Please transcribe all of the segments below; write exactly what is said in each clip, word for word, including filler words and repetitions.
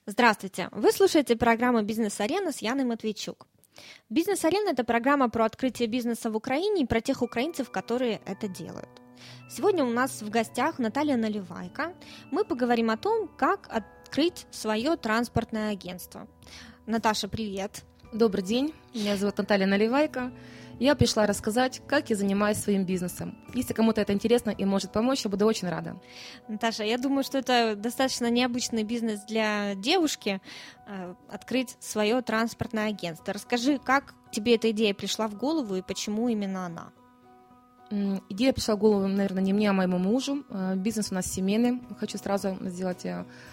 Здравствуйте! Вы слушаете программу «Бизнес-арена» с Яной Матвейчук. «Бизнес-арена» — это программа про открытие бизнеса в Украине и про тех украинцев, которые это делают. Сегодня у нас в гостях Наталья Наливайко. Мы поговорим о том, как открыть свое транспортное агентство. Наташа, привет! Добрый день, меня зовут Наталья Наливайко. Я пришла рассказать, как я занимаюсь своим бизнесом. Если кому-то это интересно и может помочь, я буду очень рада. Наташа, я думаю, что это достаточно необычный бизнес для девушки, э, открыть свое транспортное агентство. Расскажи, как тебе эта идея пришла в голову и почему именно она? Идея пришла в голову, наверное, не мне, а моему мужу. Бизнес у нас семейный. Хочу сразу сделать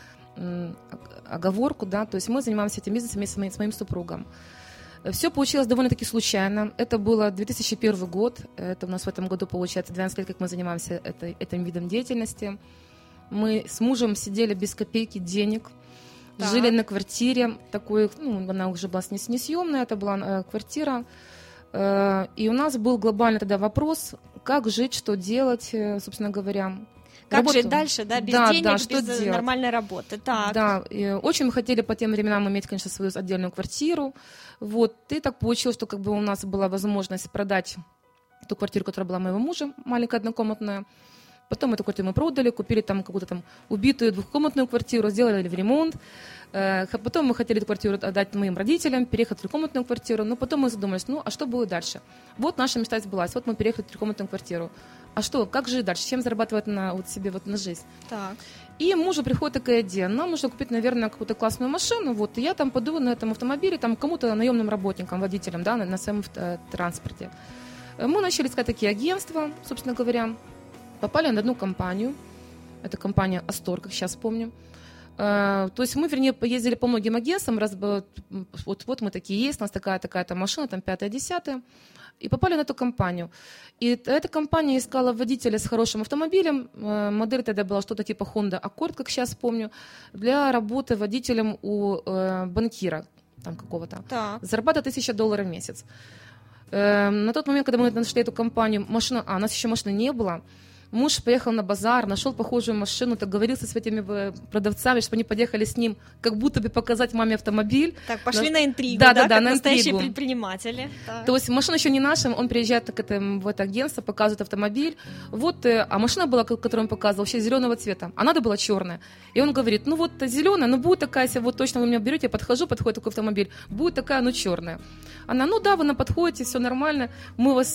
оговорку, да, то есть мы занимаемся этим бизнесом вместе с моим, с моим супругом. Все получилось довольно-таки случайно. Это было две тысячи первый год. Это у нас в этом году получается двенадцать лет, как мы занимаемся этой, этим видом деятельности. Мы с мужем сидели без копейки денег, так. Жили на квартире. Такой, ну, она уже была несъемная, это была э, квартира. Э, и у нас был глобальный тогда вопрос, как жить, что делать, э, собственно говоря. Как Работу. жить дальше, да, без да, денег, да, без что делать? Нормальной работы. Так. Да, и очень мы хотели по тем временам иметь, конечно, свою отдельную квартиру. Вот, и так получилось, что как бы у нас была возможность продать ту квартиру, которая была моего мужа, маленькая однокомнатная. Потом эту квартиру мы продали, купили там какую-то там убитую двухкомнатную квартиру, сделали в ремонт. Потом мы хотели эту квартиру отдать моим родителям, переехать в трехкомнатную квартиру. Но потом мы задумались, ну, а что будет дальше? Вот наша мечта сбылась, вот мы переехали в трехкомнатную квартиру. А что, как жить дальше? Чем зарабатывать на, вот себе вот, на жизнь? Так. И мужу приходит такая идея, нам нужно купить, наверное, какую-то классную машину, вот, и я там пойду на этом автомобиле, там, кому-то наемным работникам, водителям, да, на, на своем э, транспорте. Мы начали искать такие агентства, собственно говоря, попали на одну компанию, это компания Астор, как сейчас помню. Э, то есть мы, вернее, поездили по многим агентствам, раз, вот, вот мы такие есть, у нас такая-такая-то машина, там пятая-десятая, и попали на эту компанию. И эта компания искала водителя с хорошим автомобилем. Модель тогда была что-то типа Honda Accord, как сейчас помню, для работы водителем у э, банкира там какого-то. Так. Зарплата тысяча долларов в месяц. Э, на тот момент, когда мы нашли эту компанию, машина, а у нас еще машины не было. Муж поехал на базар, нашел похожую машину, договорился с этими продавцами, чтобы они подъехали с ним, как будто бы показать маме автомобиль. Так, пошли на, на интригу, да, да, да, да, как на настоящие интригу. предприниматели. Так. То есть машина еще не наша, он приезжает к этому, в это агентство, показывает автомобиль. Вот, а машина была, которую он показывал, вообще зеленого цвета, а надо была черная. И он говорит, ну вот зеленая, ну будет такая, если вот точно вы меня берете, я подхожу, подходит такой автомобиль, будет такая, ну черная. Она, ну да, вы нам подходите, все нормально, мы вас,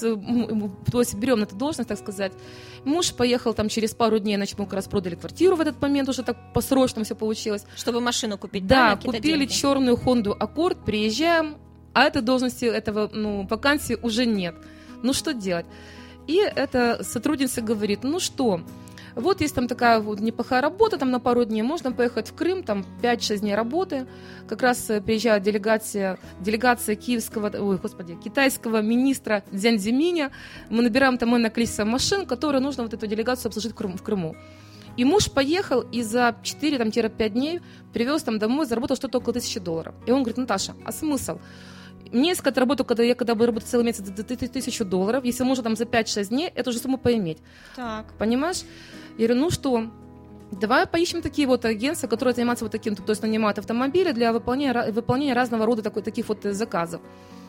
то есть берем на эту должность, так сказать. Муж поехал там через пару дней, значит, мы как раз продали квартиру в этот момент, уже так по-срочному все получилось. Чтобы машину купить, да? Да, купили деньги. Черную Honda Accord, приезжаем, а этой должности, этого, ну, вакансии уже нет. Ну, что делать? И эта сотрудница говорит, ну что, вот есть там такая вот неплохая работа, там на пару дней можно поехать в Крым, там пять-шесть дней работы. Как раз приезжает делегация, делегация киевского, ой, господи, китайского министра Дзян Зиминя. Мы набираем там на количество машин, которые нужно вот эту делегацию обслужить в Крыму. И муж поехал и за четыре-пять дней привез там домой, заработал что-то около тысячи долларов. И он говорит, Наташа, а смысл? Мне искать работу, когда я когда буду работать целый месяц, за тысячу долларов, если можно там за пять-шесть дней, эту же сумму поиметь. Так. Понимаешь? Я говорю, ну что, давай поищем такие вот агентства, которые занимаются вот таким, то есть нанимают автомобили для выполнения, выполнения разного рода такой, таких вот заказов.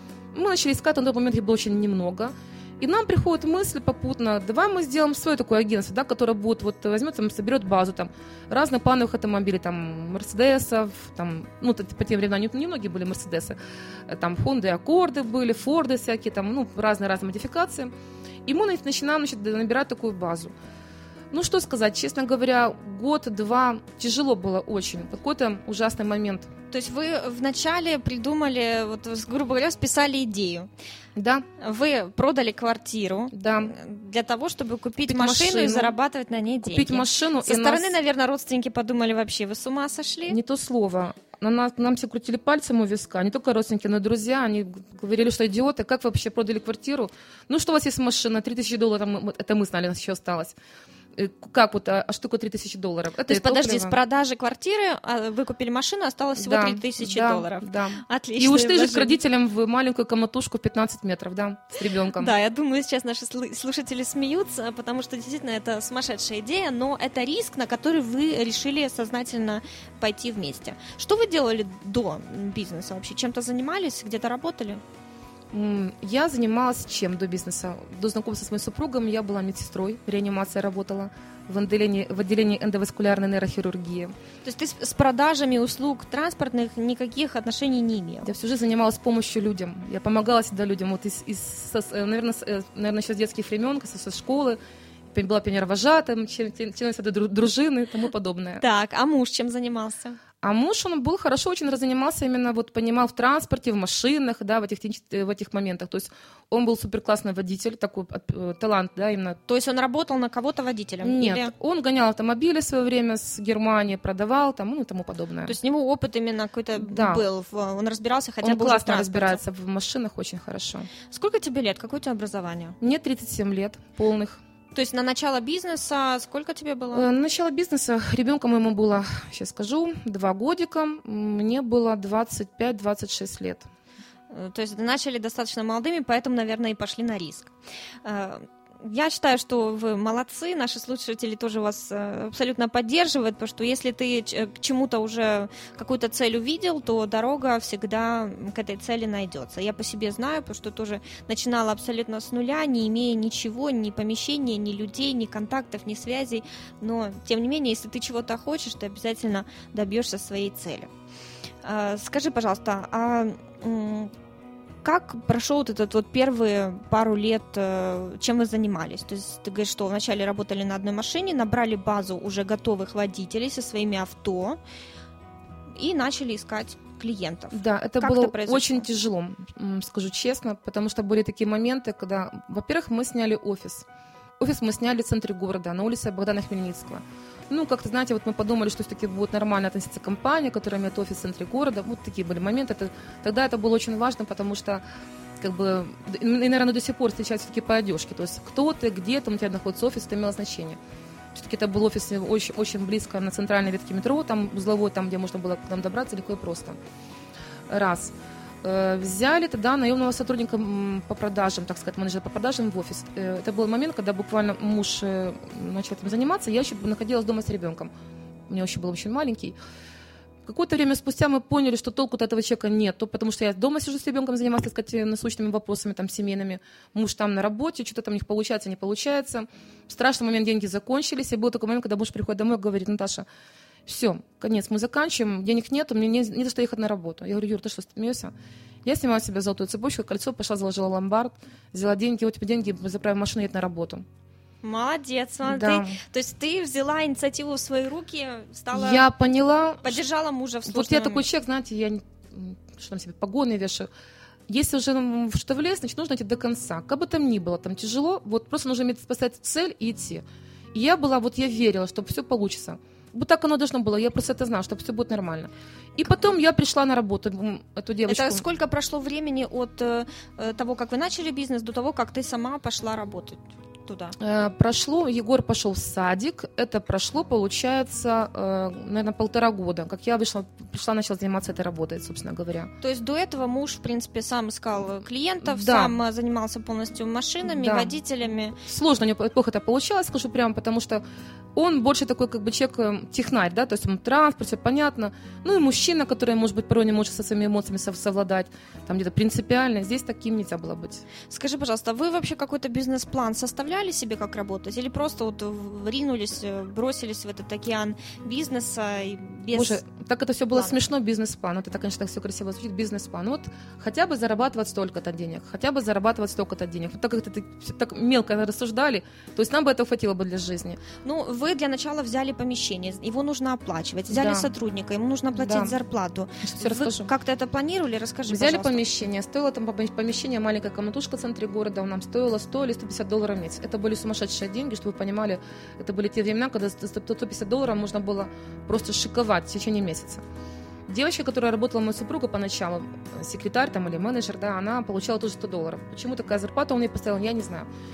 Мы начали искать, на тот момент их было очень немного. И нам приходит мысль попутно, давай мы сделаем свое такое агентство, да, которое будет, вот возьмет, там, соберет базу там, разных плановых автомобилей, там, Мерседесов, там, ну, по тем временам не, не многие были Мерседесы, там, Хонды, Аккорды были, Форды всякие, там, ну, разные-разные модификации. И мы начинаем, значит, набирать такую базу. Ну, что сказать, честно говоря, год-два тяжело было очень, какой-то ужасный момент. То есть вы вначале придумали, вот, грубо говоря, списали идею. Да. Вы продали квартиру, да, для того, чтобы купить, купить машину, машину и зарабатывать на ней деньги. Купить машину. Со стороны, нас... наверное, родственники подумали, вообще, вы с ума сошли? Не то слово. На нас, нам все крутили пальцем у виска, не только родственники, но и друзья. Они говорили, что идиоты, как вы вообще продали квартиру? Ну, что у вас есть машина, три тысячи долларов, это мы знали, у нас еще осталось. как вот, а, а что такое три тысячи долларов? Это То есть, подожди, топливо. с продажи квартиры вы купили машину, осталось всего да, три тысячи да, долларов. Да. Отлично. И ушли жить к родителям в маленькую комнатушку пятнадцать метров, да, с ребенком. Да, я думаю, сейчас наши слушатели смеются, потому что действительно это сумасшедшая идея, но это риск, на который вы решили сознательно пойти вместе. Что вы делали до бизнеса вообще? Чем-то занимались, где-то работали? Я занималась чем до бизнеса? До знакомства с моим супругом я была медсестрой, в реанимации работала, в отделении, в отделении эндоваскулярной нейрохирургии. То есть ты с продажами услуг транспортных никаких отношений не имела? Я всю жизнь занималась помощью людям. Я помогала всегда людям. Вот из, из со, наверное, с, наверное, еще с детских времен, со, со школы. Была пионервожатым, членом дружины и тому подобное. Так, а муж чем занимался? А муж, он был хорошо очень занимался, именно вот понимал в транспорте, в машинах, да, в этих, в этих моментах. То есть он был суперклассный водитель, такой талант, да, именно. То есть он работал на кого-то водителем? Нет, или... он гонял автомобили в свое время с Германии, продавал там, ну и тому подобное. То есть у него опыт именно какой-то да. был, он разбирался хотя он бы классно уже в разбирается в машинах очень хорошо. Сколько тебе лет, какое у тебя образование? Мне тридцать семь лет полных. То есть на начало бизнеса сколько тебе было? На начало бизнеса ребенку моему было, сейчас скажу, два годика, мне было двадцать пять - двадцать шесть лет. То есть начали достаточно молодыми, поэтому, наверное, и пошли на риск. Я считаю, что вы молодцы, наши слушатели тоже вас абсолютно поддерживают, потому что если ты к чему-то уже какую-то цель увидел, то дорога всегда к этой цели найдется. Я по себе знаю, потому что тоже начинала абсолютно с нуля, не имея ничего, ни помещения, ни людей, ни контактов, ни связей, но тем не менее, если ты чего-то хочешь, ты обязательно добьешься своей цели. Скажи, пожалуйста, а как прошел вот этот вот первые пару лет, чем вы занимались? То есть ты говоришь, что вначале работали на одной машине, набрали базу уже готовых водителей со своими авто и начали искать клиентов. Да, это как было это очень тяжело, скажу честно, потому что были такие моменты, когда, во-первых, мы сняли офис. Офис мы сняли в центре города, на улице Богдана Хмельницкого. Ну, как-то, знаете, вот мы подумали, что все-таки будет нормально относиться к компании, которая имеет офис в центре города. Вот такие были моменты. Это, тогда это было очень важно, потому что, как бы, и, наверное, до сих пор встречаются все-таки по одежке. То есть кто ты, где там у тебя находится офис, это имело значение. Все-таки это был офис очень, очень близко на центральной ветке метро, там узловой, там, где можно было к нам добраться легко и просто. Раз. Взяли тогда наемного сотрудника по продажам, так сказать, менеджера по продажам в офис. Это был момент, когда буквально муж начал этим заниматься, я еще находилась дома с ребенком. У меня еще был очень маленький. Какое-то время спустя мы поняли, что толку от этого человека нет, потому что я дома сижу с ребенком, занимаюсь, так сказать, насущными вопросами, там, семейными. Муж там на работе, что-то там у них получается, не получается. В страшный момент деньги закончились, и был такой момент, когда муж приходит домой и говорит: Наташа, все, конец, мы заканчиваем, денег нет, мне не, не за что ехать на работу. Я говорю: Юр, ты что, смеешься? Я снимаю себе золотую цепочку, кольцо, пошла, заложила ломбард, взяла деньги, вот тебе деньги, заправим машину, едет на работу. Молодец, смотри. Да. То есть ты взяла инициативу в свои руки, стала... Я поняла. Поддержала мужа в сложный Вот я момент. такой человек, знаете, я не, что там себе, погоны вешаю. Если уже что влез, значит, нужно идти до конца. Как бы там ни было, там тяжело, вот просто нужно иметь поставить цель и идти. И я была, вот я верила, что все получится. Вот так оно должно было, я просто это знала, что все будет нормально. И потом я пришла на работу, эту девочку. Это сколько прошло времени от э, того, как вы начали бизнес, до того, как ты сама пошла работать туда? Э, прошло, Егор пошел в садик, это прошло, получается, э, наверное, полтора года, как я вышла, пришла, начала заниматься этой работой, собственно говоря. То есть до этого муж, в принципе, сам искал клиентов, да. сам занимался полностью машинами, да. водителями. Сложно, у него плохо это получалось, скажу прямо, потому что он больше такой, как бы, человек технарь, да, то есть ему транспорт, все понятно. Ну и мужчина, который, может быть, порой не может со своими эмоциями совладать, там где-то принципиально. Здесь таким нельзя было быть. Скажи, пожалуйста, вы вообще какой-то бизнес-план составляли себе, как работать? Или просто вот ринулись, бросились в этот океан бизнеса и без... Боже, так это все было плана? смешно, бизнес-план. Вот это, конечно, так все красиво звучит, бизнес-план. Вот хотя бы зарабатывать столько-то денег, хотя бы зарабатывать столько-то денег. Вот так как это так мелко рассуждали, то есть нам бы этого хватило бы для жизни. Ну, вы для начала взяли помещение, его нужно оплачивать, взяли да. сотрудника, ему нужно платить да. зарплату. Все расскажу. Вы как-то это планировали? Расскажи, Взяли пожалуйста. помещение, стоило там помещение, маленькая комнатушка в центре города, нам стоило сто или сто пятьдесят долларов в месяц. Это были сумасшедшие деньги, чтобы вы понимали, это были те времена, когда за сто пятьдесят долларов можно было просто шиковать в течение месяца. Девочка, которая работала, моя супруга поначалу, секретарь там или менеджер, да, она получала тоже сто долларов. Почему такая зарплата у нее поставила, я не знаю.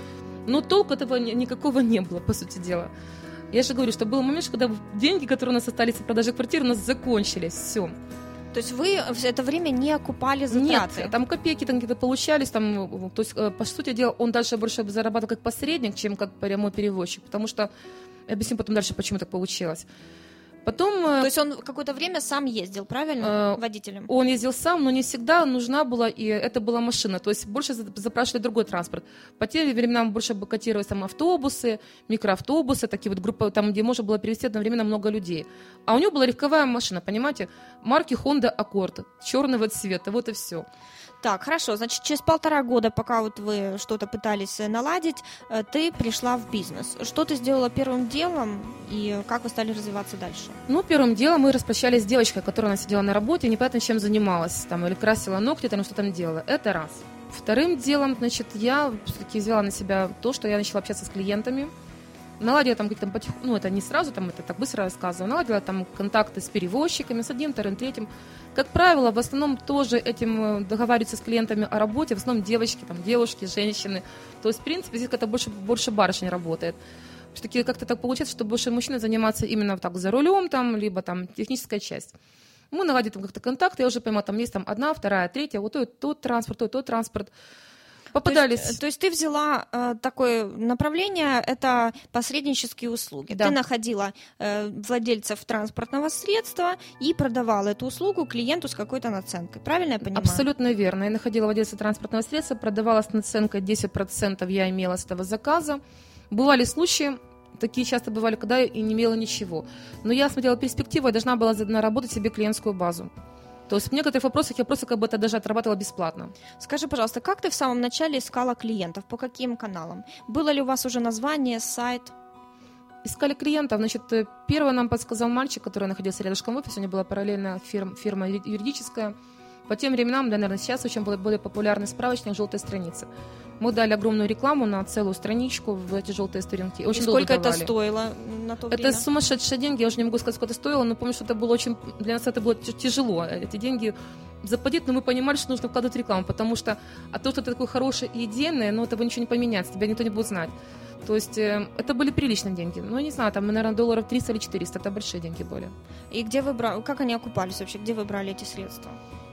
Но толку этого никакого не было, по сути дела. Я же говорю, что был момент, когда деньги, которые у нас остались от продажи квартиры, у нас закончились, все. То есть вы в это время не окупали затраты? Нет, там копейки там где-то получались, там, то есть, по сути дела, он дальше больше зарабатывал как посредник, чем как прямой перевозчик, потому что, я объясню потом дальше, почему так получилось. Потом, то есть он какое-то время сам ездил, правильно, э, водителем? Он ездил сам, но не всегда нужна была, и это была машина. То есть больше запрашивали другой транспорт. По тем временам больше котировались там автобусы, микроавтобусы, такие вот группы, там, где можно было перевезти одновременно много людей. А у него была легковая машина, понимаете, марки Honda Accord, черного цвета, вот и все. Так, хорошо, значит, через полтора года, пока вот вы что-то пытались наладить, ты пришла в бизнес. Что ты сделала первым делом и как вы стали развиваться дальше? Ну, первым делом мы распрощались с девочкой, которая у нас сидела на работе, непонятно чем занималась, там, или красила ногти, там, что там делала. Это раз. Вторым делом, значит, я все-таки взяла на себя то, что я начала общаться с клиентами. Наладила там какие-то, ну, это не сразу, там, это так быстро рассказываю, наладила там контакты с перевозчиками, с одним, вторым, третьим. Как правило, в основном тоже этим договариваются с клиентами о работе, в основном девочки, там, девушки, женщины. То есть, в принципе, здесь как-то больше, больше барышень работает. Все-таки как-то так получается, что больше мужчины заниматься именно так за рулем, там, либо там техническая часть. Мы наладили там как-то контакты, я уже понимаю, там есть там одна, вторая, третья, вот тот, тот транспорт, тот, тот транспорт. Попадались. То есть, то есть ты взяла э, такое направление, это посреднические услуги. Да. Ты находила э, владельцев транспортного средства и продавала эту услугу клиенту с какой-то наценкой. Правильно я понимаю? Абсолютно верно. Я находила владельца транспортного средства, продавала с наценкой десять процентов, я имела с этого заказа. Бывали случаи, такие часто бывали, когда я и не имела ничего. Но я смотрела перспективу, я должна была наработать себе клиентскую базу. То есть в некоторых вопросах я просто как бы это даже отрабатывала бесплатно. Скажи, пожалуйста, как ты в самом начале искала клиентов? По каким каналам? Было ли у вас уже название, сайт? Искали клиентов. Значит, первое нам подсказал мальчик, который находился рядышком в офисе. У него была параллельная фирма, фирма юридическая. По тем временам, да, наверное, сейчас очень был более популярный справочник «Желтая страница». Мы дали огромную рекламу на целую страничку в эти желтые старинки. Очень и долго сколько давали. это стоило на то время? Это сумасшедшие деньги, я уже не могу сказать, сколько это стоило, но помню, что это было очень... Для нас это было тяжело. Эти деньги заплатить, но мы понимали, что нужно вкладывать в рекламу, потому что а то, что ты такой хороший и идейный, ну, этого ничего не поменяется, тебя никто не будет знать. То есть э, это были приличные деньги. Ну, не знаю, там, наверное, долларов триста или четыреста, это большие деньги были. И где вы брали, как они окупались вообще, где вы брали эти средства?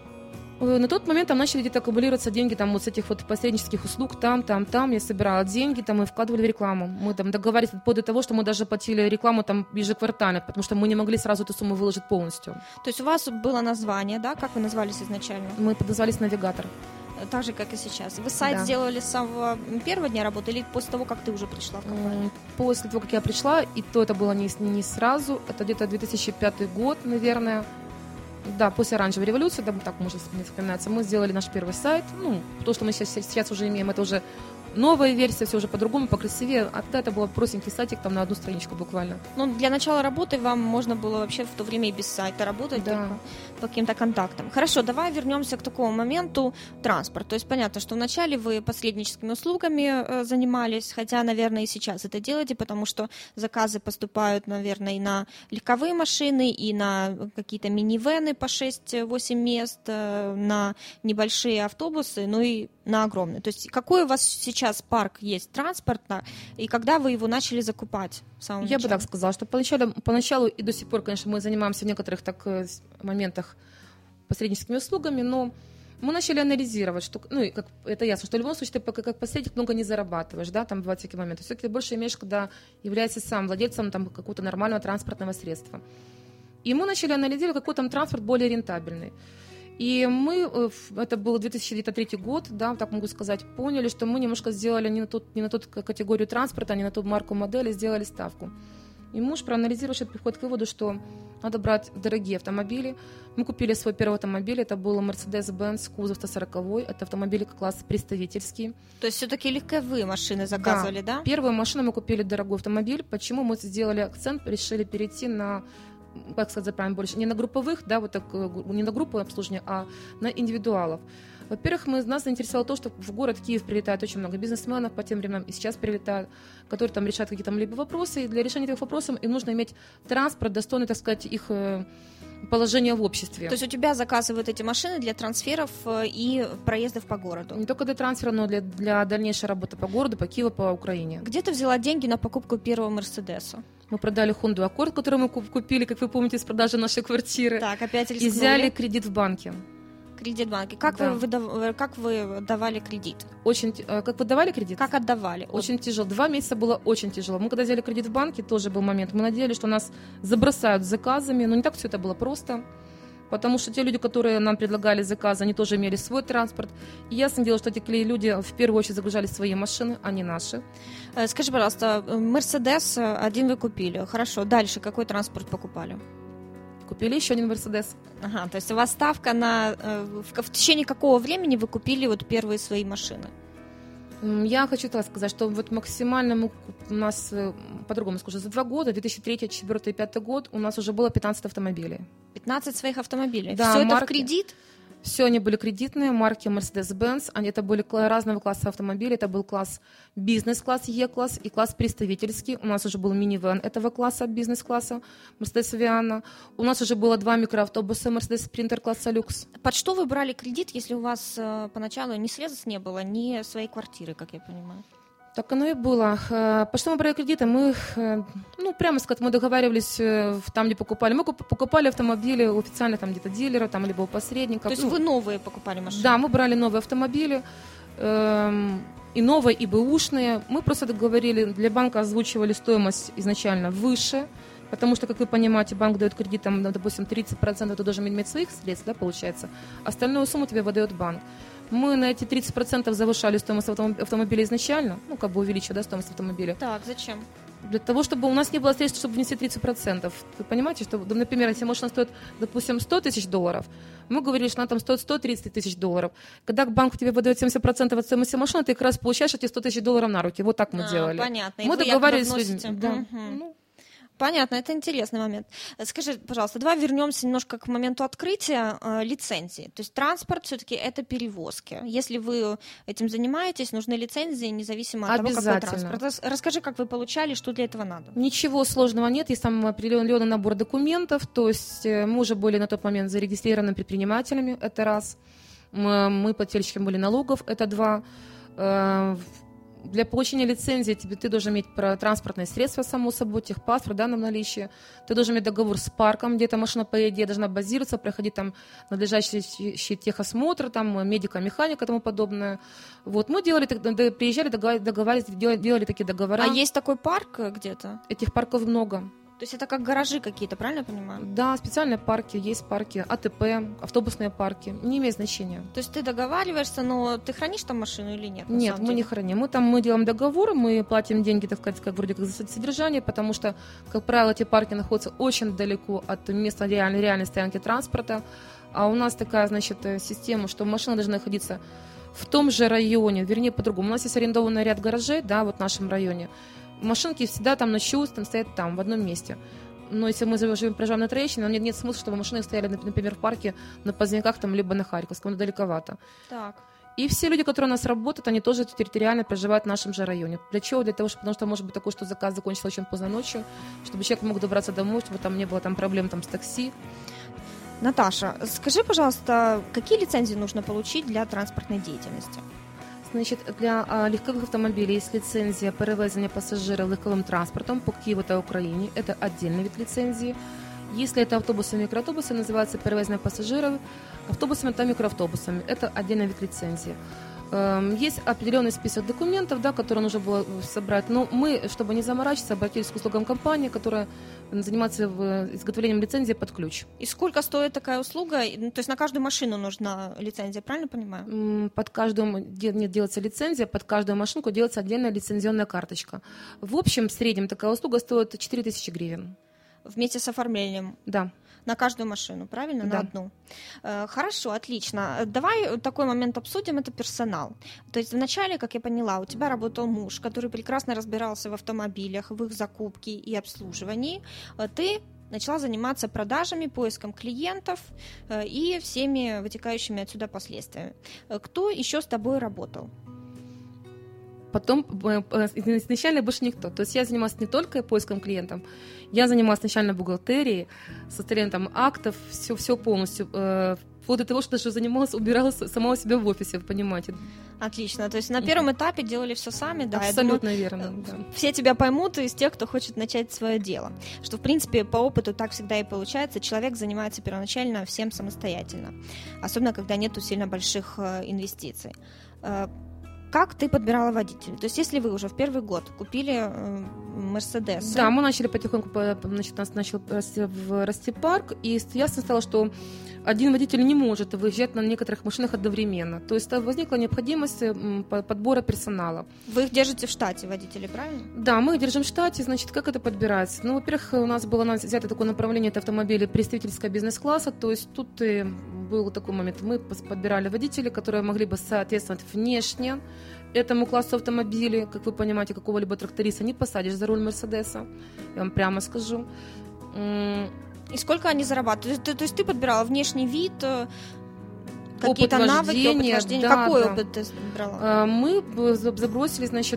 На тот момент там начали где-то аккумулироваться деньги там, вот с этих вот посреднических услуг, там, там, там. Я собирала деньги, там, и вкладывали в рекламу. Мы там договаривались вплоть до того, что мы даже платили рекламу там ежеквартально, потому что мы не могли сразу эту сумму выложить полностью. То есть у вас было название, да? Как вы назывались изначально? Мы назвались «Навигатор». Так же, как и сейчас. Вы сайт да. сделали с самого первого дня работы или после того, как ты уже пришла в компанию? После того, как я пришла, и то это было не, не сразу, это где-то две тысячи пятый год, наверное. Да, после оранжевой революции, да, так можно вспоминаться, мы сделали наш первый сайт. Ну, то, что мы сейчас, сейчас уже имеем, это уже новая версия, все уже по-другому, покрасивее. А тогда это был простенький сайтик там на одну страничку буквально. Ну, для начала работы вам можно было вообще в то время и без сайта работать, да. только по каким-то контактам. Хорошо, давай вернемся к такому моменту транспорт. То есть понятно, что вначале вы посредническими услугами э, занимались, хотя, наверное, и сейчас это делаете, потому что заказы поступают, наверное, и на легковые машины, и на какие-то минивены по шесть-восемь мест, э, на небольшие автобусы, ну и на огромные. То есть какой у вас сейчас парк есть транспорта, и когда вы его начали закупать? В самом Я начале? бы так сказала, что поначалу, поначалу и до сих пор, конечно, мы занимаемся в некоторых так моментах посредническими услугами, но мы начали анализировать, что, ну, как, это ясно, что в любом случае ты как, как посредник много не зарабатываешь, да, там бывают всякие моменты. Все-таки ты больше имеешь, когда являешься сам владельцем там какого-то нормального транспортного средства. И мы начали анализировать, какой там транспорт более рентабельный. И мы, это был две тысячи третий год, да, так могу сказать, поняли, что мы немножко сделали не на, тот, не на ту категорию транспорта, не на ту марку модели, сделали ставку. И муж, проанализировавший, приходит к выводу, что надо брать дорогие автомобили. Мы купили свой первый автомобиль, это был Mercedes-Benz кузов сто сороковой, это автомобиль класс представительский. То есть все-таки легковые машины заказывали, да? да? Первую машину мы купили дорогой автомобиль. Почему мы сделали акцент, решили перейти на как сказать правильно, больше не на групповых, да, вот так, не на группы обслуживания, а на индивидуалов. Во-первых, мы, нас заинтересовало то, что в город Киев прилетает очень много бизнесменов по тем временам, и сейчас прилетают, которые там решают какие-то либо вопросы, и для решения этих вопросов им нужно иметь транспорт, достойный, так сказать, их положения в обществе. То есть у тебя заказывают эти машины для трансферов и проездов по городу? Не только для трансфера, но для, для дальнейшей работы по городу, по Киеву, по Украине. Где ты взяла деньги на покупку первого Мерседеса? Мы продали Honda Accord, который мы купили, как вы помните, из продажи нашей квартиры. Так, опять рискнули. И взяли кредит в банке. Кредит в банке. Как, да. вы выдав... как вы давали кредит? Очень, как вы давали кредит? Как отдавали? Очень вот. Тяжело. Два месяца было очень тяжело. Мы когда взяли кредит в банке, тоже был момент. Мы надеялись, что нас забросают заказами, но не так все это было просто. Потому что те люди, которые нам предлагали заказы, они тоже имели свой транспорт. И ясно дело, что эти люди в первую очередь загружали свои машины, а не наши. Скажи, пожалуйста, Мерседес один вы купили. Хорошо. Дальше какой транспорт покупали? Купили еще один Мерседес. Ага, то есть у вас ставка на... В, в течение какого времени вы купили вот первые свои машины? Я хочу так сказать, что вот максимально мы, у нас, по-другому скажу, за два года, две тысячи третий, две тысячи четвёртый, две тысячи пятый год, у нас уже было пятнадцать автомобилей. пятнадцать своих автомобилей? Да, все марки, это в кредит? Все они были кредитные, марки Mercedes-Benz, они это были разного класса автомобилей, это был класс бизнес-класс, Е-класс и класс представительский. У нас уже был минивэн этого класса, бизнес-класса, Mercedes Viana. У нас уже было два микроавтобуса Mercedes Sprinter класса люкс. Под что вы брали кредит, если у вас э, поначалу ни средств не было, ни своей квартиры, как я понимаю? Так оно и было. По что мы брали кредиты? Мы, ну, прямо сказать, мы договаривались там, где покупали. Мы покупали автомобили у официально там где-то дилера, там, либо у посредников. То есть ну, вы новые покупали машины? Да, мы брали новые автомобили, эм, и новые, и бэушные. Мы просто договорили, для банка озвучивали стоимость изначально выше, потому что, как вы понимаете, банк дает кредит, там, допустим, тридцать процентов ты должен иметь своих средств, да, получается, остальную сумму тебе выдает банк. Мы на эти тридцать процентов завышали стоимость автомобиля изначально, ну, как бы увеличивая, да, стоимость автомобиля. Так, зачем? Для того, чтобы у нас не было средств, чтобы внести тридцать процентов. Вы понимаете, что, например, если машина стоит, допустим, сто тысяч долларов, мы говорили, что она там стоит сто тридцать тысяч долларов. Когда банк тебе выдает семьдесят процентов от стоимости машины, ты как раз получаешь эти сто тысяч долларов на руки. Вот так мы а, делали. Понятно. Мы и договаривались с людьми. людьми. Да. Угу. Ну, понятно, это интересный момент. Скажи, пожалуйста, давай вернемся немножко к моменту открытия э, лицензии. То есть транспорт все-таки это перевозки. Если вы этим занимаетесь, нужны лицензии, независимо от того, какой транспорт. Расскажи, как вы получали, что для этого надо. Ничего сложного нет, есть там определенный набор документов. То есть мы уже были на тот момент зарегистрированы предпринимателями, это раз. Мы, мы плательщиками были налогов, это два. Для получения лицензии тебе, ты должен иметь транспортные средства, само собой, техпаспорт, да, на наличие. Ты должен иметь договор с парком, где эта машина, по идее, должна базироваться, проходить там надлежащий техосмотр, там, медико-механика и тому подобное. Вот, мы делали, приезжали, договаривались, делали, делали такие договора. А есть такой парк где-то? Этих парков много. То есть это как гаражи какие-то, правильно я понимаю? Да, специальные парки, есть парки, АТП, автобусные парки, не имеет значения. То есть ты договариваешься, но ты хранишь там машину или нет? Нет, мы деле? не храним. Мы там мы делаем договор, мы платим деньги, так сказать, как вроде как за содержание, потому что, как правило, эти парки находятся очень далеко от места реальной, реальной стоянки транспорта. А у нас такая, значит, система, что машина должна находиться в том же районе, вернее, по-другому. У нас есть арендованный ряд гаражей, да, вот в нашем районе. Машинки всегда там ночуют, там стоят там, в одном месте. Но если мы живем, проезжаем на Троещине, нам нет, нет смысла, чтобы машины стояли, например, в парке на Поздняках там, либо на Харьковском, но далековато. Так. И все люди, которые у нас работают, они тоже территориально проживают в нашем же районе. Для чего? Для того, что, потому что может быть такое, что заказ закончился очень поздно ночью, чтобы человек мог добраться домой, чтобы там не было там проблем там, с такси. Наташа, скажи, пожалуйста, какие лицензии нужно получить для транспортной деятельности? Значит, для а, легковых автомобилей есть лицензия перевезення пассажиров легковым транспортом по Киеву и Украине. Это отдельный вид лицензии. Если это автобусы и микроавтобусы, называется перевезення пассажиров. Автобусами и микроавтобусами. Это отдельный вид лицензии. Есть определенный список документов, да, которые нужно было собрать. Но мы, чтобы не заморачиваться, обратились к услугам компании, которая занимается изготовлением лицензии под ключ. И сколько стоит такая услуга? То есть на каждую машину нужна лицензия, правильно понимаю? Под каждую не делается лицензия, под каждую машинку делается отдельная лицензионная карточка. В общем, в среднем такая услуга стоит четыре тысячи гривен. Вместе с оформлением? Да. На каждую машину, правильно? Да. На одну. Хорошо, отлично. Давай такой момент обсудим, это персонал. То есть вначале, как я поняла, у тебя работал муж, который прекрасно разбирался в автомобилях, в их закупке и обслуживании. Ты начала заниматься продажами, поиском клиентов и всеми вытекающими отсюда последствиями. Кто еще с тобой работал? Потом изначально больше никто. То есть я занималась не только поиском клиентов, я занималась изначально бухгалтерией, составлением там актов, все, все полностью. Вплоть до того, что даже занималась, убиралась сама у себя в офисе, вы понимаете. Отлично. То есть на первом mm-hmm. этапе делали все сами, да? Абсолютно думаю, верно. Да. Все тебя поймут из тех, кто хочет начать свое дело. Что, в принципе, по опыту так всегда и получается. Человек занимается первоначально всем самостоятельно. Особенно, когда нету сильно больших э, инвестиций. Э, Как ты подбирала водителей? То есть, если вы уже в первый год купили Мерседес... Да, мы начали потихоньку, значит, у нас начал расти, расти парк, и ясно стало, что один водитель не может выезжать на некоторых машинах одновременно. То есть возникла необходимость подбора персонала. Вы их держите в штате, водителей, правильно? Да, мы их держим в штате. Значит, как это подбирается? Ну, во-первых, у нас было взято такое направление, это автомобили представительского бизнес-класса, то есть тут и был такой момент. Мы подбирали водителей, которые могли бы соответствовать внешне этому классу автомобилей, как вы понимаете, какого-либо тракториста не посадишь за руль Мерседеса, я вам прямо скажу. И сколько они зарабатывают? То, то есть ты подбирала внешний вид, какие-то опыт навыки, вождения, опыт вождения? Да, Какой да. опыт ты брала? Мы забросили, значит,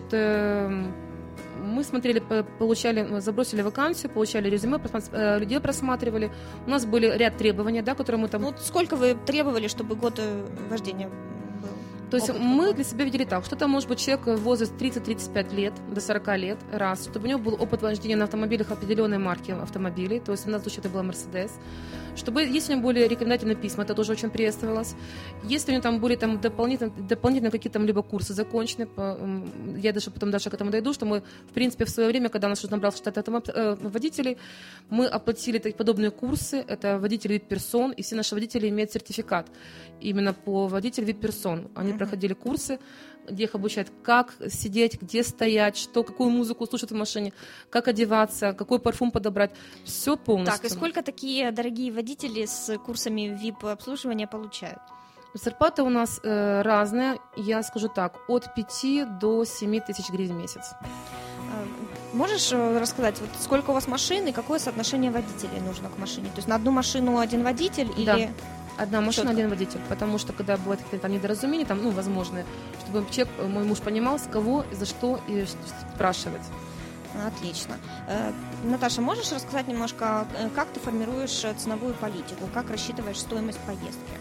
мы смотрели, получали, забросили вакансию, получали резюме, людей просматривали. У нас были ряд требований, да, которые мы там... Ну, сколько вы требовали, чтобы год вождения был? То есть опыт мы какой? для себя видели так, что там может быть человек в возрасте тридцать-тридцать пять лет, до сорок лет, раз, чтобы у него был опыт вождения на автомобилях определенной марки автомобилей, то есть у нас в случае это была Mercedes, чтобы, если у него были рекомендательные письма, это тоже очень приветствовалось, если у него там были там дополнительно, дополнительно какие-то там либо курсы закончены, я даже потом дальше к этому дойду, что мы, в принципе, в свое время, когда у нас уже набрал штат водителей, мы оплатили подобные курсы, это водитель вид персон, и все наши водители имеют сертификат именно по водителю вид персон. Они mm-hmm. проходили курсы, где их обучают, как сидеть, где стоять, что, какую музыку слушать в машине, как одеваться, какой парфюм подобрать. Все полностью. Так, и сколько такие дорогие водители с курсами ви ай пи-обслуживания получают? Зарплата у нас э, разная, я скажу так, от пяти до семи тысяч гривен в месяц. Можешь рассказать, вот сколько у вас машин и какое соотношение водителей нужно к машине? То есть на одну машину один водитель или... Да. Одна машина, Четко. один водитель, потому что когда бывают какие-то там недоразумения, там, ну, возможные, чтобы человек, мой муж понимал, с кого, за что и спрашивать. Отлично. Э, Наташа, можешь рассказать немножко, как ты формируешь ценовую политику, как рассчитываешь стоимость поездки?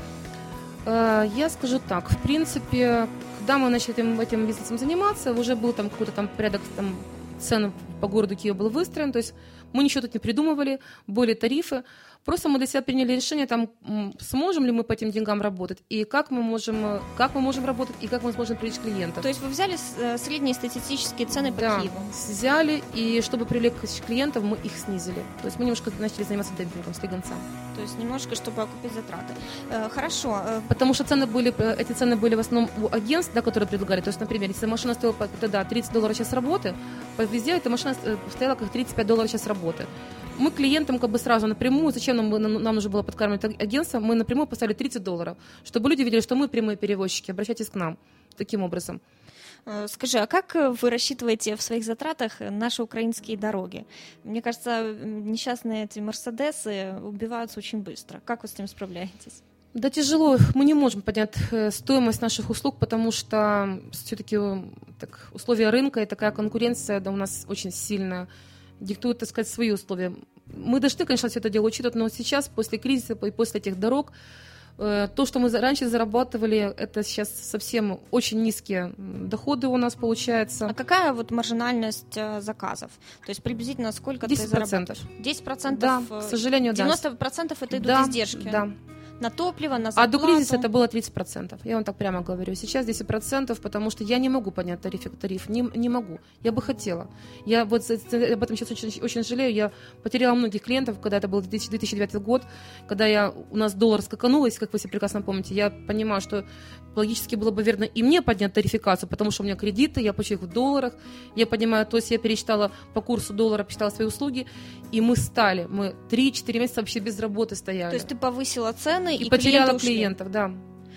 Э, я скажу так, в принципе, когда мы начали этим, этим бизнесом заниматься, уже был там какой-то там порядок там, цен по городу Киева был выстроен, то есть мы ничего тут не придумывали, были тарифы. Просто мы для себя приняли решение, там, сможем ли мы по этим деньгам работать, и как мы можем, как мы можем работать, и как мы сможем привлечь клиентов. То есть вы взяли средние статистические цены по да, Киеву? взяли, и чтобы привлечь клиентов, мы их снизили. То есть мы немножко начали заниматься демпингом, слегонца. То есть немножко, чтобы окупить затраты. Э, хорошо. Потому что цены были, эти цены были в основном у агентств, да, которые предлагали. То есть, например, если машина стоила тогда тридцать долларов в час работы, везде эта машина стояла как тридцать пять долларов в час работы. Мы клиентам как бы сразу напрямую, зачем нам, нам нужно было подкармливать агентство, мы напрямую поставили тридцать долларов, чтобы люди видели, что мы прямые перевозчики, обращайтесь к нам таким образом. Скажи, а как вы рассчитываете в своих затратах наши украинские дороги? Мне кажется, несчастные эти Мерседесы убиваются очень быстро. Как вы с этим справляетесь? Да тяжело, мы не можем поднять стоимость наших услуг, потому что все-таки так, условия рынка и такая конкуренция да, у нас очень сильная. Диктуют, так сказать, свои условия. Мы должны, конечно, все это дело учитывать, но сейчас, после кризиса и после этих дорог, то, что мы раньше зарабатывали, это сейчас совсем очень низкие доходы у нас получается. А какая вот маржинальность заказов? То есть приблизительно сколько десять процентов. ты зарабатываешь? десять процентов? Да, к сожалению, да. девяносто процентов это идут да, издержки? Да. На топливо, на зарплату. А до кризиса это было тридцать процентов. Я вам так прямо говорю. Сейчас десять процентов, потому что я не могу поднять тариф, тариф не, не могу. Я бы хотела. Я вот об этом сейчас очень, очень жалею. Я потеряла многих клиентов, когда это был две тысячи девятый год, когда я, у нас доллар скаканул, если как вы себе прекрасно помните. Я понимаю, что логически было бы верно и мне поднять тарификацию, потому что у меня кредиты, я плачу их в долларах. Я понимаю, то есть я пересчитала по курсу доллара, посчитала свои услуги, и мы стали. Мы три-четыре месяца вообще без работы стояли. То есть ты повысила цены, и, и потеряла клиенты клиентов, да.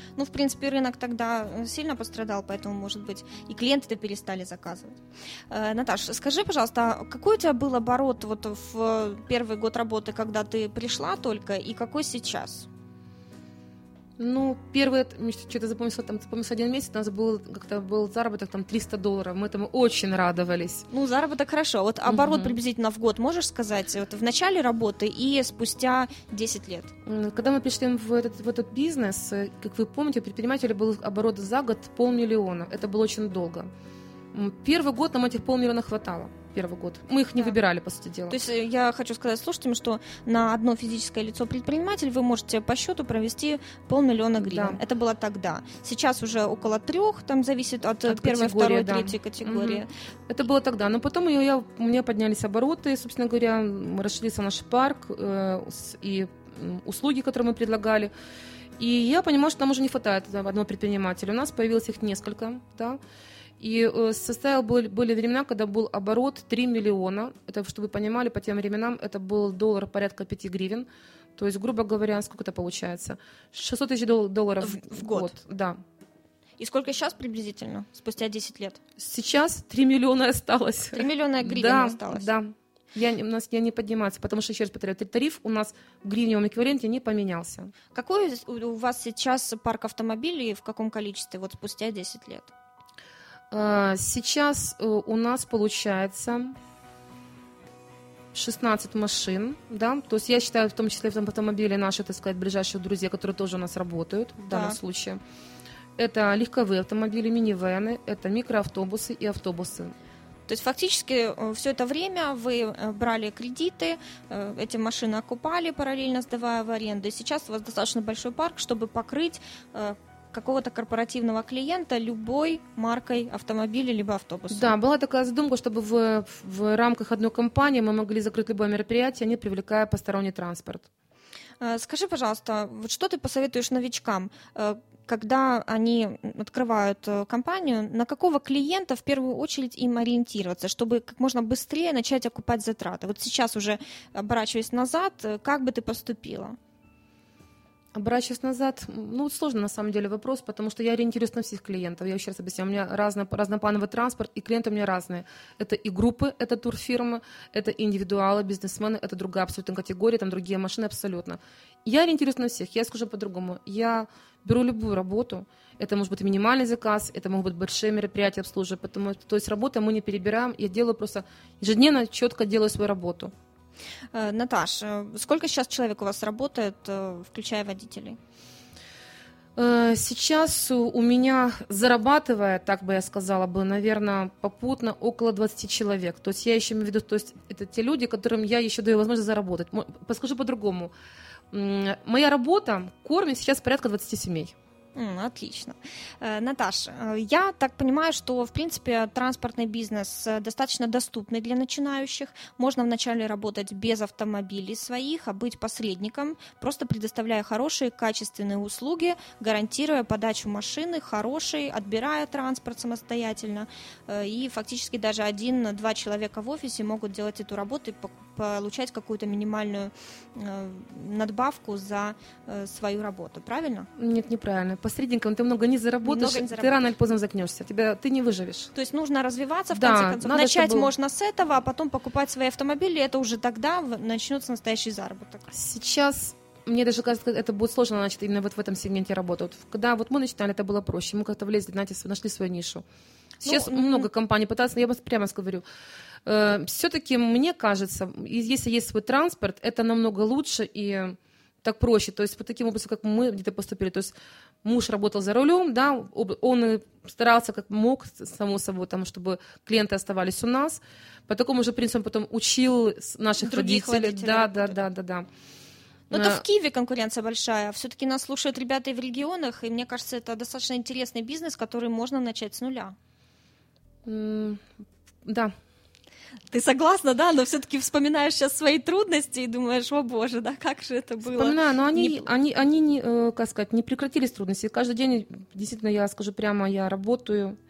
Ну, в принципе, рынок тогда сильно пострадал, поэтому, может быть, и клиенты-то перестали заказывать. Э, Наташ, скажи, пожалуйста, какой у тебя был оборот вот в первый год работы, когда ты пришла только, и какой сейчас? Ну, первый, что-то запомнился, там, запомнился один месяц, у нас был, как-то был заработок там триста долларов, мы этому очень радовались. Ну, заработок хорошо. Вот оборот угу. приблизительно в год, можешь сказать, вот в начале работы и спустя десять лет? Когда мы пришли в этот, в этот бизнес, как вы помните, у предпринимателя был оборот за год полмиллиона, это было очень долго. Первый год нам этих полмиллиона хватало. Первый год. Мы их не да. выбирали, по сути дела. То есть я хочу сказать слушателям, что на одно физическое лицо предприниматель вы можете по счету провести полмиллиона гривен. Да. Это было тогда. Сейчас уже около трех, там зависит от, от первой, второй, да. третьей категории. Угу. Это было тогда. Но потом я, я, у меня поднялись обороты, собственно говоря, расширился наш парк э, и услуги, которые мы предлагали. И я понимала, что нам уже не хватает одного предпринимателя. У нас появилось их несколько, да. И составил, были, были времена, когда был оборот три миллиона. Это, чтобы вы понимали, по тем временам это был доллар порядка пять гривен. То есть, грубо говоря, сколько это получается? шестьсот тысяч долларов в, в год. год. Да. И сколько сейчас приблизительно, спустя десять лет? Сейчас три миллиона осталось. три миллиона гривен да, осталось? Да, я, у нас я не поднимается, потому что, еще раз повторяю, тариф у нас в гривневом эквиваленте не поменялся. Какой у вас сейчас парк автомобилей и в каком количестве вот спустя десять лет? Сейчас у нас получается шестнадцать машин, да, то есть я считаю, в том числе в автомобиле наши, так сказать, ближайшие друзья, которые тоже у нас работают в данном да. случае. Это легковые автомобили, минивэны, это микроавтобусы и автобусы. То есть фактически все это время вы брали кредиты, эти машины окупали, параллельно сдавая в аренду, и сейчас у вас достаточно большой парк, чтобы покрыть какого-то корпоративного клиента любой маркой автомобиля либо автобуса. Да, была такая задумка, чтобы в, в рамках одной компании мы могли закрыть любое мероприятие, не привлекая посторонний транспорт. Скажи, пожалуйста, вот что ты посоветуешь новичкам, когда они открывают компанию, на какого клиента в первую очередь им ориентироваться, чтобы как можно быстрее начать окупать затраты? Вот сейчас уже, оборачиваясь назад, как бы ты поступила? Оборачиваясь назад, ну, сложно на самом деле вопрос, потому что я ориентируюсь на всех клиентов. Я еще раз объясню, у меня разно, разноплановый транспорт, и клиенты у меня разные. Это и группы, это турфирмы, это индивидуалы, бизнесмены, это другая абсолютно категория, там другие машины абсолютно. Я ориентируюсь на всех, я скажу по-другому. Я беру любую работу, это может быть минимальный заказ, это могут быть большие мероприятия обслуживать, потому, то есть работу мы не перебираем, я делаю просто ежедневно, четко делаю свою работу. Наташ, сколько сейчас человек у вас работает, включая водителей? Сейчас у меня зарабатывает, так бы я сказала бы, наверное, попутно около двадцати человек. То есть я еще имею в виду, то есть это те люди, которым я еще даю возможность заработать. Подскажу по-другому. Моя работа кормит сейчас порядка двадцати семей. Mm, отлично. Наташ, я так понимаю, что, в принципе, транспортный бизнес достаточно доступный для начинающих. Можно вначале работать без автомобилей своих, а быть посредником, просто предоставляя хорошие, качественные услуги, гарантируя подачу машины хорошей, отбирая транспорт самостоятельно. И фактически даже один-два человека в офисе могут делать эту работу и получать какую-то минимальную надбавку за свою работу. Правильно? Нет, неправильно. Посредником ты много не заработаешь, много не ты рано или поздно загнешься, тебя, ты не выживешь. То есть нужно развиваться, в да, конце концов. Надо, начать чтобы... можно с этого, а потом покупать свои автомобили, это уже тогда начнется настоящий заработок. Сейчас, мне даже кажется, это будет сложно начать именно вот в этом сегменте работать. Когда вот мы начинали, это было проще, мы как-то влезли, знаете, нашли свою нишу. Сейчас ну, много компаний пытаются, я вам прямо говорю, э, все-таки мне кажется, если есть свой транспорт, это намного лучше и так проще, то есть вот таким образом, как мы где-то поступили, то есть муж работал за рулем, да, он старался как мог, само собой, там, чтобы клиенты оставались у нас, по такому же принципу он потом учил наших других водителей, водителей да, да, да, да, да. Но это в Киеве конкуренция большая, все-таки нас слушают ребята и в регионах, и мне кажется, это достаточно интересный бизнес, который можно начать с нуля. Mm, да. Ты согласна, да? Но все-таки вспоминаешь сейчас свои трудности и думаешь, о боже, да, как же это было. Вспоминаю, но они, не... они, они не, как сказать, не прекратились трудности. Каждый день, действительно, я скажу прямо, я работаю,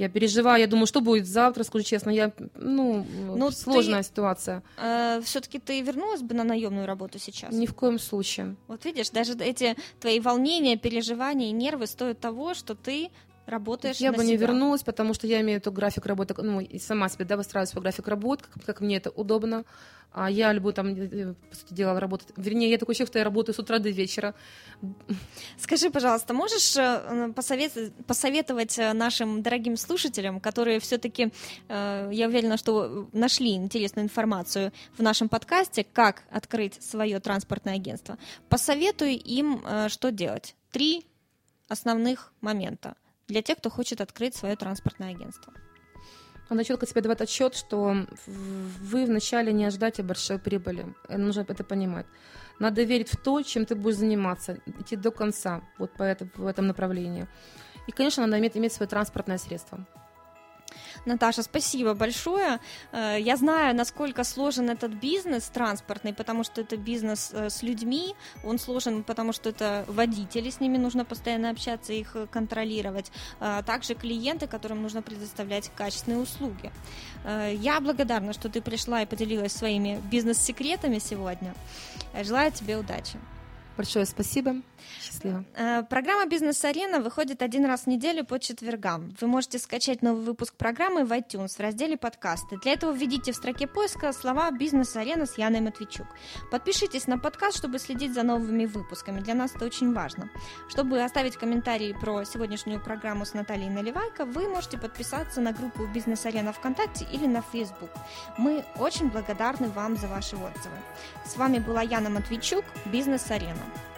Я переживаю, я думаю, что будет завтра, скажу честно, я, ну, Но сложная ты, ситуация. Э, все-таки ты вернулась бы на наемную работу сейчас? Ни в коем случае. Вот видишь, даже эти твои волнения, переживания и нервы стоят того, что ты работаешь я на бы себя. не вернулась, потому что я имею эту график работы, ну, и сама себе, да, выстраиваю свой график работы, как, как мне это удобно. А я люблю там, по сути дела, работать. Вернее, я такой человек, что я работаю с утра до вечера. Скажи, пожалуйста, можешь посовет... посоветовать нашим дорогим слушателям, которые все-таки, я уверена, что нашли интересную информацию в нашем подкасте, как открыть свое транспортное агентство, посоветуй им, что делать. Три основных момента для тех, кто хочет открыть свое транспортное агентство. Надо четко себе давать отчет, что вы вначале не ожидаете большой прибыли. Нужно это понимать. Надо верить в то, чем ты будешь заниматься, идти до конца вот по это, в этом направлении. И, конечно, надо иметь, иметь свое транспортное средство. Наташа, спасибо большое. Я знаю, насколько сложен этот бизнес транспортный, потому что это бизнес с людьми. Он сложен, потому что это водители, с ними нужно постоянно общаться, их контролировать. А также клиенты, которым нужно предоставлять качественные услуги. Я благодарна, что ты пришла и поделилась своими бизнес-секретами сегодня. Желаю тебе удачи. Большое спасибо. Счастливо. Программа «Бизнес-арена» выходит один раз в неделю по четвергам. Вы можете скачать новый выпуск программы в iTunes в разделе «Подкасты». Для этого введите в строке поиска слова «Бизнес-арена» с Яной Матвейчук. Подпишитесь на подкаст, чтобы следить за новыми выпусками. Для нас это очень важно. Чтобы оставить комментарии про сегодняшнюю программу с Натальей Наливайко, вы можете подписаться на группу «Бизнес-арена» ВКонтакте или на Facebook. Мы очень благодарны вам за ваши отзывы. С вами была Яна Матвейчук, «Бизнес-арена».